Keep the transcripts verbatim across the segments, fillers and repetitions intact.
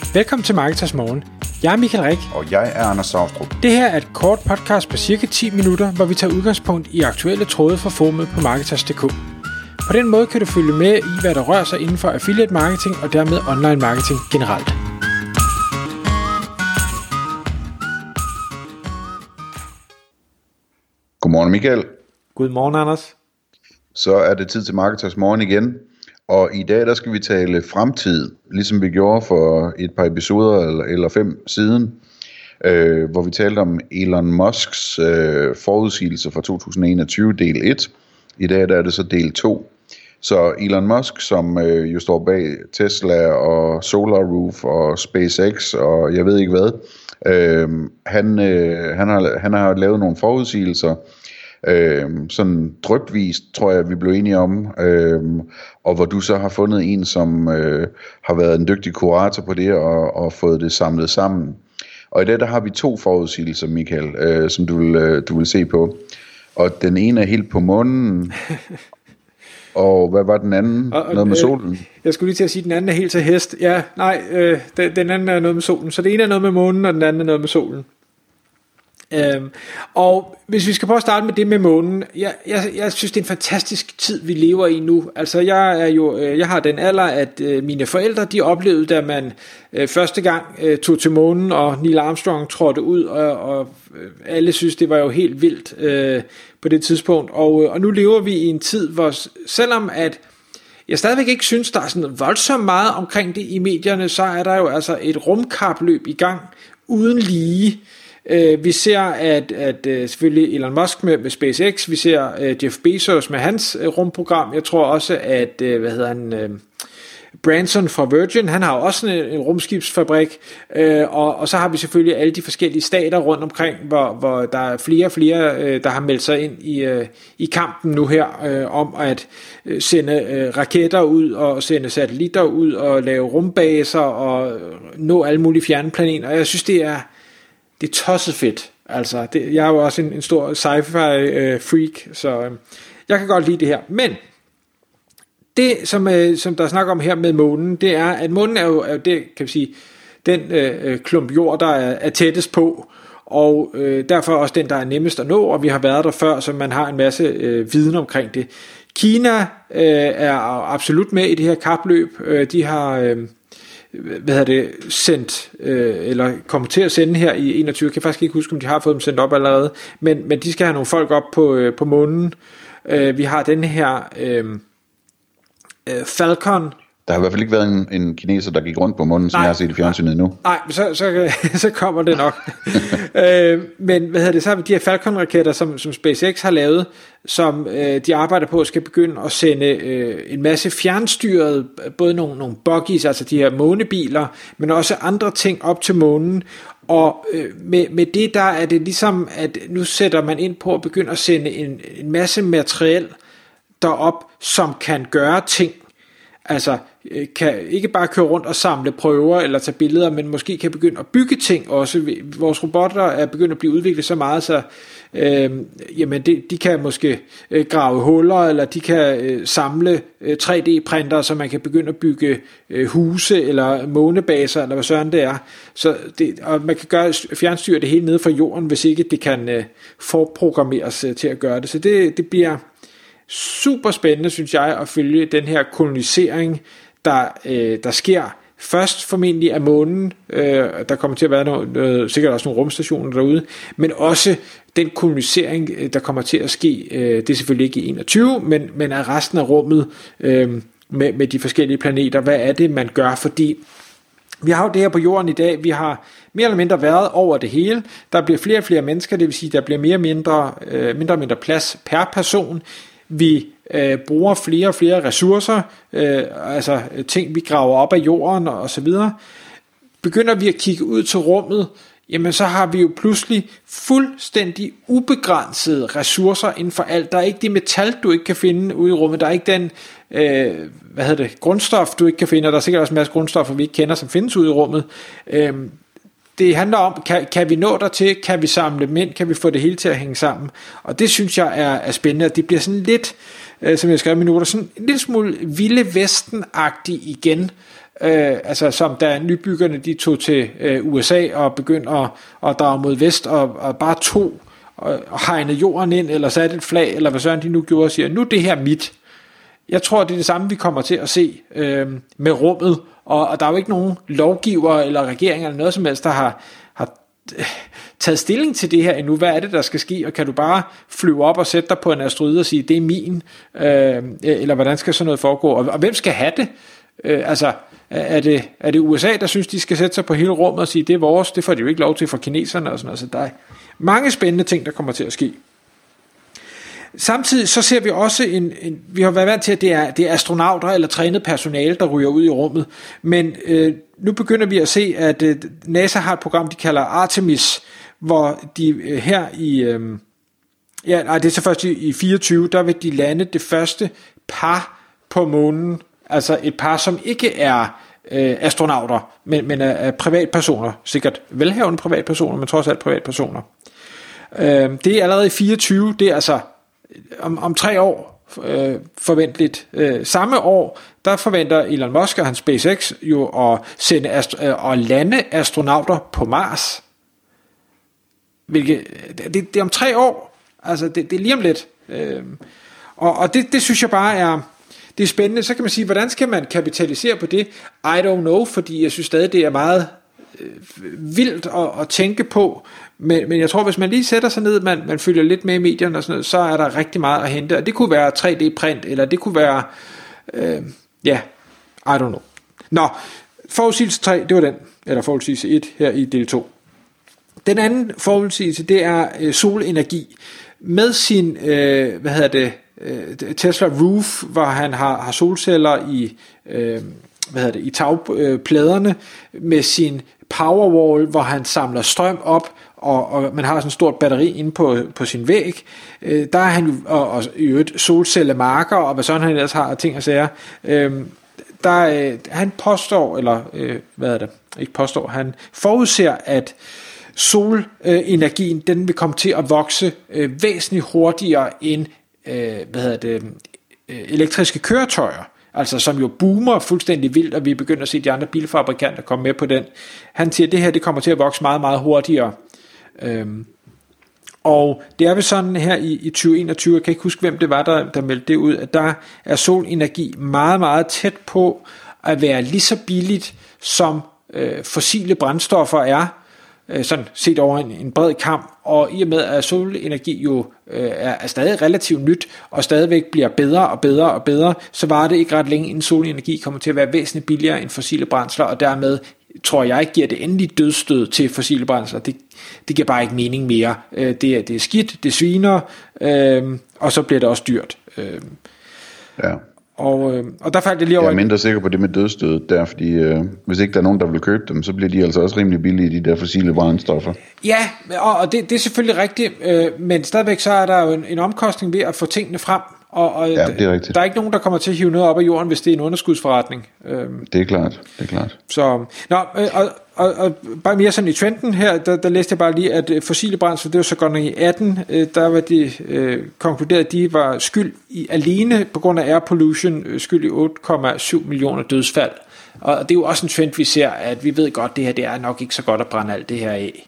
Velkommen til Marketers Morgen. Jeg er Michael Rik. Og jeg er Anders Saustrup. Det her er et kort podcast på cirka ti minutter, hvor vi tager udgangspunkt i aktuelle tråde fra forumet på Marketers punktum d k. På den måde kan du følge med i, hvad der rører sig inden for affiliate marketing og dermed online marketing generelt. Godmorgen Michael. Godmorgen Anders. Så er det tid til Marketers Morgen igen. Og i dag der skal vi tale fremtid, ligesom vi gjorde for et par episoder eller, eller fem siden, øh, hvor vi talte om Elon Musks øh, forudsigelser for to tusind og enogtyve del et. I dag der er det så del to. Så Elon Musk, som øh, jo står bag Tesla og SolarRoof og SpaceX og jeg ved ikke hvad, øh, han, øh, han, har, han har lavet nogle forudsigelser, Øh, sådan drypvist tror jeg vi blev enige om, øh, og hvor du så har fundet en som øh, har været en dygtig kurator på det og, og fået det samlet sammen. Og i dag der har vi to forudsigelser, Michael, øh, som du vil, øh, du vil se på. Og den ene er helt på månen. Og hvad var den anden? Og, og, noget med solen? Øh, jeg skulle lige til at sige, at den anden er helt til hest. Ja, nej, øh, den, den anden er noget med solen. Så det ene er noget med månen, og den anden er noget med solen. Øhm, og hvis vi skal prøve at starte med det med månen, jeg, jeg, jeg synes det er en fantastisk tid vi lever i nu. Altså jeg er jo, jeg har den alder at øh, mine forældre de oplevede da man øh, første gang øh, tog til månen og Neil Armstrong trådte ud og, og øh, alle synes det var jo helt vildt øh, på det tidspunkt og, øh, og nu lever vi i en tid hvor selvom at jeg stadigvæk ikke synes der er sådan voldsomt meget omkring det i medierne, så er der jo altså et rumkapløb i gang uden lige. Uh, vi ser at, at uh, selvfølgelig Elon Musk med, med SpaceX, vi ser uh, Jeff Bezos med hans uh, rumprogram. Jeg tror også at uh, hvad hedder han uh, Branson fra Virgin, han har også en, en rumskibsfabrik, uh, og, og så har vi selvfølgelig alle de forskellige stater rundt omkring, hvor, hvor der er flere og flere uh, der har meldt sig ind i, uh, i kampen nu her uh, om at uh, sende uh, raketter ud og sende satellitter ud og lave rumbaser og nå alle mulige fjerne planeter. Og jeg synes det er Det er tosset fedt. Altså, det, jeg er jo også en, en stor sci-fi øh, freak, så øh, jeg kan godt lide det her. Men det, som, øh, som der snakker om her med månen, det er, at månen er jo, er jo det, kan vi sige, den øh, klump jord, der er, er tættest på, og øh, derfor også den, der er nemmest at nå, og vi har været der før, så man har en masse øh, viden omkring det. Kina øh, er absolut med i det her kapløb. Øh, de har... Øh, hvad hedder det, sendt, øh, eller kommer til at sende her i enogtyve, jeg kan faktisk ikke huske, om de har fået dem sendt op allerede, men, men de skal have nogle folk op på, øh, på månen. Øh, vi har den her øh, øh, Falcon. Der har i hvert fald ikke været en, en kineser, der gik rundt på månen, som nej, jeg har set i fjernsynet endnu. Nej, så, så, så kommer det nok. øh, men hvad hedder det, så har vi de her Falcon-raketter, som, som SpaceX har lavet, som øh, de arbejder på, skal begynde at sende øh, en masse fjernstyret, både nogle, nogle buggies, altså de her månebiler, men også andre ting op til månen. Og øh, med, med det der er det ligesom, at nu sætter man ind på at begynde at sende en, en masse materiel derop, som kan gøre ting. Altså kan ikke bare køre rundt og samle prøver eller tage billeder, men måske kan begynde at bygge ting også. Vores robotter er begyndt at blive udviklet så meget, så øh, jamen de, de kan måske øh, grave huller, eller de kan øh, samle øh, tre D-printer, så man kan begynde at bygge øh, huse eller månebaser, eller hvad sådan det er. Så det, og man kan gøre, fjernstyre det hele nede fra jorden, hvis ikke det kan øh, forprogrammeres øh, til at gøre det. Så det, det bliver super spændende, synes jeg, at følge den her kolonisering, der, øh, der sker først formentlig af månen. Øh, der kommer til at være noget, noget, sikkert også nogle rumstationer derude, men også den kolonisering, der kommer til at ske, øh, det er selvfølgelig ikke i enogtyve, men, men af resten af rummet øh, med, med de forskellige planeter. Hvad er det, man gør? Fordi vi har jo det her på jorden i dag, vi har mere eller mindre været over det hele. Der bliver flere og flere mennesker, det vil sige, der bliver mere og mindre, øh, mindre og mindre plads per person. Vi øh, bruger flere og flere ressourcer, øh, altså ting vi graver op af jorden og så videre. Begynder vi at kigge ud til rummet, jamen så har vi jo pludselig fuldstændig ubegrænsede ressourcer inden for alt. Der er ikke det metal, du ikke kan finde ude i rummet. Der er ikke den øh, hvad hedder det, grundstof, du ikke kan finde. Og der er sikkert også en masse grundstoffer, vi ikke kender, som findes ude i rummet. Øh, det handler om, kan, kan vi nå dertil, kan vi samle dem ind, kan vi få det hele til at hænge sammen. Og det synes jeg er, er spændende. Det bliver sådan lidt, øh, som jeg skrev i mine noter, sådan en lille smule Vilde Vesten-agtig igen. øh, altså som da nybyggerne de tog til øh, U S A og begyndte at, at drage mod vest og, og bare tog og, og hegnede jorden ind, eller satte et flag, eller hvad sådan de nu gjorde, og siger, nu er det her mit. Jeg tror, det er det samme, vi kommer til at se øh, med rummet, og, og der er jo ikke nogen lovgiver eller regeringer eller noget som helst, der har, har taget stilling til det her endnu. Hvad er det, der skal ske, og kan du bare flyve op og sætte dig på en asteroide og sige, det er min, øh, eller hvordan skal sådan noget foregå, og, og hvem skal have det? Øh, altså, er det, er det U S A, der synes, de skal sætte sig på hele rummet og sige, det er vores, det får de jo ikke lov til for kineserne og sådan noget, så der er mange spændende ting, der kommer til at ske. Samtidig så ser vi også en, en vi har været vant til, at det er, det er astronauter eller trænet personale, der ryger ud i rummet, men øh, nu begynder vi at se, at øh, NASA har et program, de kalder Artemis, hvor de øh, her i, øh, ja, nej, det er så først i, i fireogtyve, der vil de lande det første par på månen, altså et par, som ikke er øh, astronauter, men, men er, er privatpersoner, sikkert velhavende privatpersoner, men trods alt privatpersoner. Øh, det er allerede i fireogtyve, det er altså om, om tre år øh, forventeligt. Øh, samme år, der forventer Elon Musk og hans SpaceX jo at sende astro- øh, og lande astronauter på Mars. Hvilket, det, det er om tre år, altså det, det er lige om lidt. Øh, og og det, det synes jeg bare er, det er spændende. Så kan man sige, hvordan skal man kapitalisere på det? I don't know, fordi jeg synes stadig, det er meget øh, vildt at, at tænke på. Men, men jeg tror, hvis man lige sætter sig ned, man, man følger lidt med i medierne og sådan noget, så er der rigtig meget at hente. Og det kunne være tre D-print, eller det kunne være, øh, ja, I don't know. Nå, forudsigelse tre, det var den, eller forudsigelse et her i del to. Den anden forudsigelse, det er øh, solenergi. Med sin, øh, hvad hedder det, øh, Tesla Roof, hvor han har, har solceller i, øh, hvad hedder det, i tagpladerne, med sin Powerwall, hvor han samler strøm op, og, og man har sådan et stort batteri inde på, på sin væg. Øh, der er han jo, og, og i øvrigt solcellemarker, og hvad sådan han ellers har, ting og sager. Øh, der, øh, han påstår, eller øh, hvad er det, ikke påstår, han forudser, at solenergien, øh, den vil komme til at vokse øh, væsentligt hurtigere end, øh, hvad hedder det, øh, elektriske køretøjer. Altså som jo boomer fuldstændig vildt, og vi begynder at se de andre bilfabrikanter komme med på den. Han siger, at det her det kommer til at vokse meget, meget hurtigere. Øhm, og det er vel sådan her i, i tyve enogtyve, jeg kan ikke huske, hvem det var, der, der meldte det ud, at der er solenergi meget, meget tæt på at være lige så billigt, som øh, fossile brændstoffer er, øh, sådan set over en, en bred kamp, og i og med at solenergi jo øh, er, er stadig relativt nyt, og stadigvæk bliver bedre og bedre og bedre, så var det ikke ret længe, inden solenergi kommer til at være væsentligt billigere end fossile brændsler, og dermed tror jeg giver det endelige dødsstød til fossile brændsler. Det, det giver bare ikke mening mere. Øh, det, er, det er skidt, det sviner, øh, og så bliver det også dyrt. Øh, ja. Og, øh, og der faldt jeg lige over... Jeg er mindre sikker på det med dødsstødet der, fordi øh, hvis ikke der er nogen, der vil købe dem, så bliver de altså også rimelig billige, de der fossile brændstoffer. Ja, og, og det, det er selvfølgelig rigtigt, øh, men stadigvæk så er der jo en, en omkostning ved at få tingene frem, og, og ja, det er rigtigt. Der er ikke nogen, der kommer til at hive noget op af jorden, hvis det er en underskudsforretning. Øh, det er klart, det er klart. Så, nå, øh, og, og, og bare mere sådan i trenden her, der, der læste jeg bare lige, at fossile brændsler, det var så godt nok i atten, øh, der var de øh, konkluderet, at de var skyld i, alene på grund af air pollution, øh, skyld i otte komma syv millioner dødsfald. Og det er jo også en trend, vi ser, at vi ved godt, det her det er nok ikke så godt at brænde alt det her af.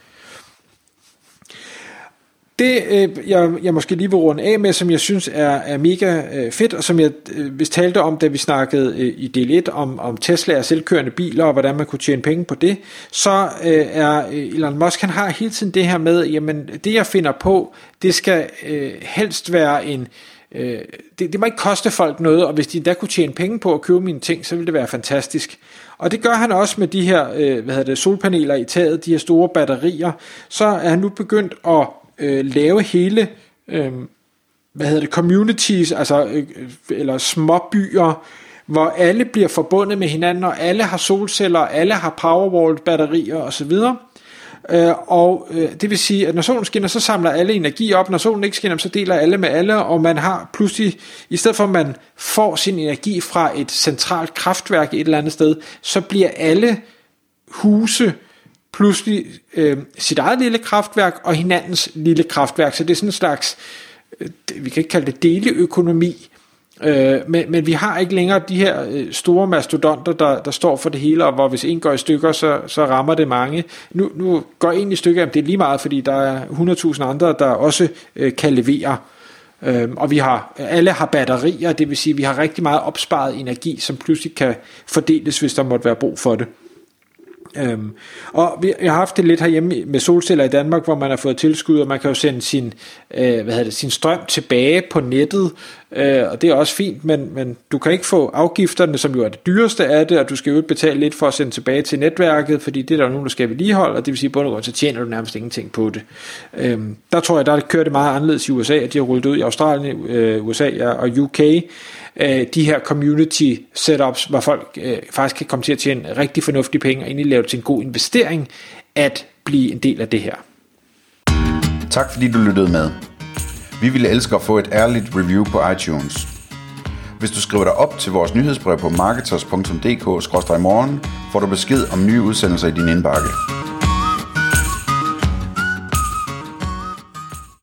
Det, øh, jeg, jeg måske lige vil runde af med, som jeg synes er, er mega øh, fedt, og som jeg øh, vist talte om, da vi snakkede øh, i del et om, om Tesla og selvkørende biler, og hvordan man kunne tjene penge på det, så øh, er Elon Musk, han har hele tiden det her med, jamen det jeg finder på, det skal øh, helst være en, øh, det, det må ikke koste folk noget, og hvis de da kunne tjene penge på at købe mine ting, så ville det være fantastisk. Og det gør han også med de her øh, hvad hedder det, solpaneler i taget, de her store batterier, så er han nu begyndt at Øh, lave hele øh, hvad hedder det, communities, altså øh, eller små byer, hvor alle bliver forbundet med hinanden, og alle har solceller, alle har Powerwall batterier osv. Øh, og øh, det vil sige, at når solen skinner, så samler alle energi op, når solen ikke skinner, så deler alle med alle, og man har pludselig, i stedet for at man får sin energi fra et centralt kraftværk et eller andet sted, så bliver alle huse pludselig øh, sit eget lille kraftværk og hinandens lille kraftværk, så det er sådan en slags, øh, vi kan ikke kalde det deleøkonomi, Øh, men, men vi har ikke længere de her øh, store mastodonter, der, der står for det hele, og hvor hvis en går i stykker, så, så rammer det mange. Nu, nu går en i stykker, det er lige meget, fordi der er hundrede tusind andre, der også øh, kan levere. Øh, og vi har, alle har batterier, det vil sige, at vi har rigtig meget opsparet energi, som pludselig kan fordeles, hvis der måtte være brug for det. Øhm, og vi har haft det lidt herhjemme med solceller i Danmark, hvor man har fået tilskud, og man kan jo sende sin, øh, hvad hedder det, sin strøm tilbage på nettet, øh, og det er også fint, men, men du kan ikke få afgifterne, som jo er det dyreste af det, og du skal jo betale lidt for at sende tilbage til netværket, fordi det er der jo nogen, der skal vedligeholde, og det vil sige, at så tjener du nærmest ingenting på det. Øhm, der tror jeg, der kører det meget anderledes i U S A, at de har rullet ud i Australien, øh, U S A og U K, de her community setups, hvor folk øh, faktisk kan komme til at tjene rigtig fornuftige penge, og egentlig lave det til en god investering, at blive en del af det her. Tak fordi du lyttede med. Vi ville elske at få et ærligt review på iTunes. Hvis du skriver dig op til vores nyhedsbrev på marketers punktum d k skråstreg morgen, får du besked om nye udsendelser i din indbakke.